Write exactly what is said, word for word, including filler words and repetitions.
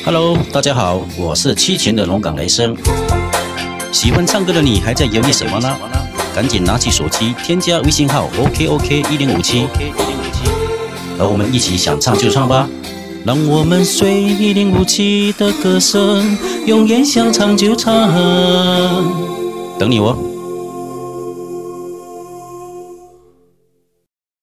Hello， 大家好，我是七群的龙岗雷声。喜欢唱歌的你还在犹豫什么呢？赶紧拿起手机，添加微信号 O K O K 一零五七，和我们一起想唱就唱吧。让我们随一零五七的歌声，永远想唱就唱，等你哦。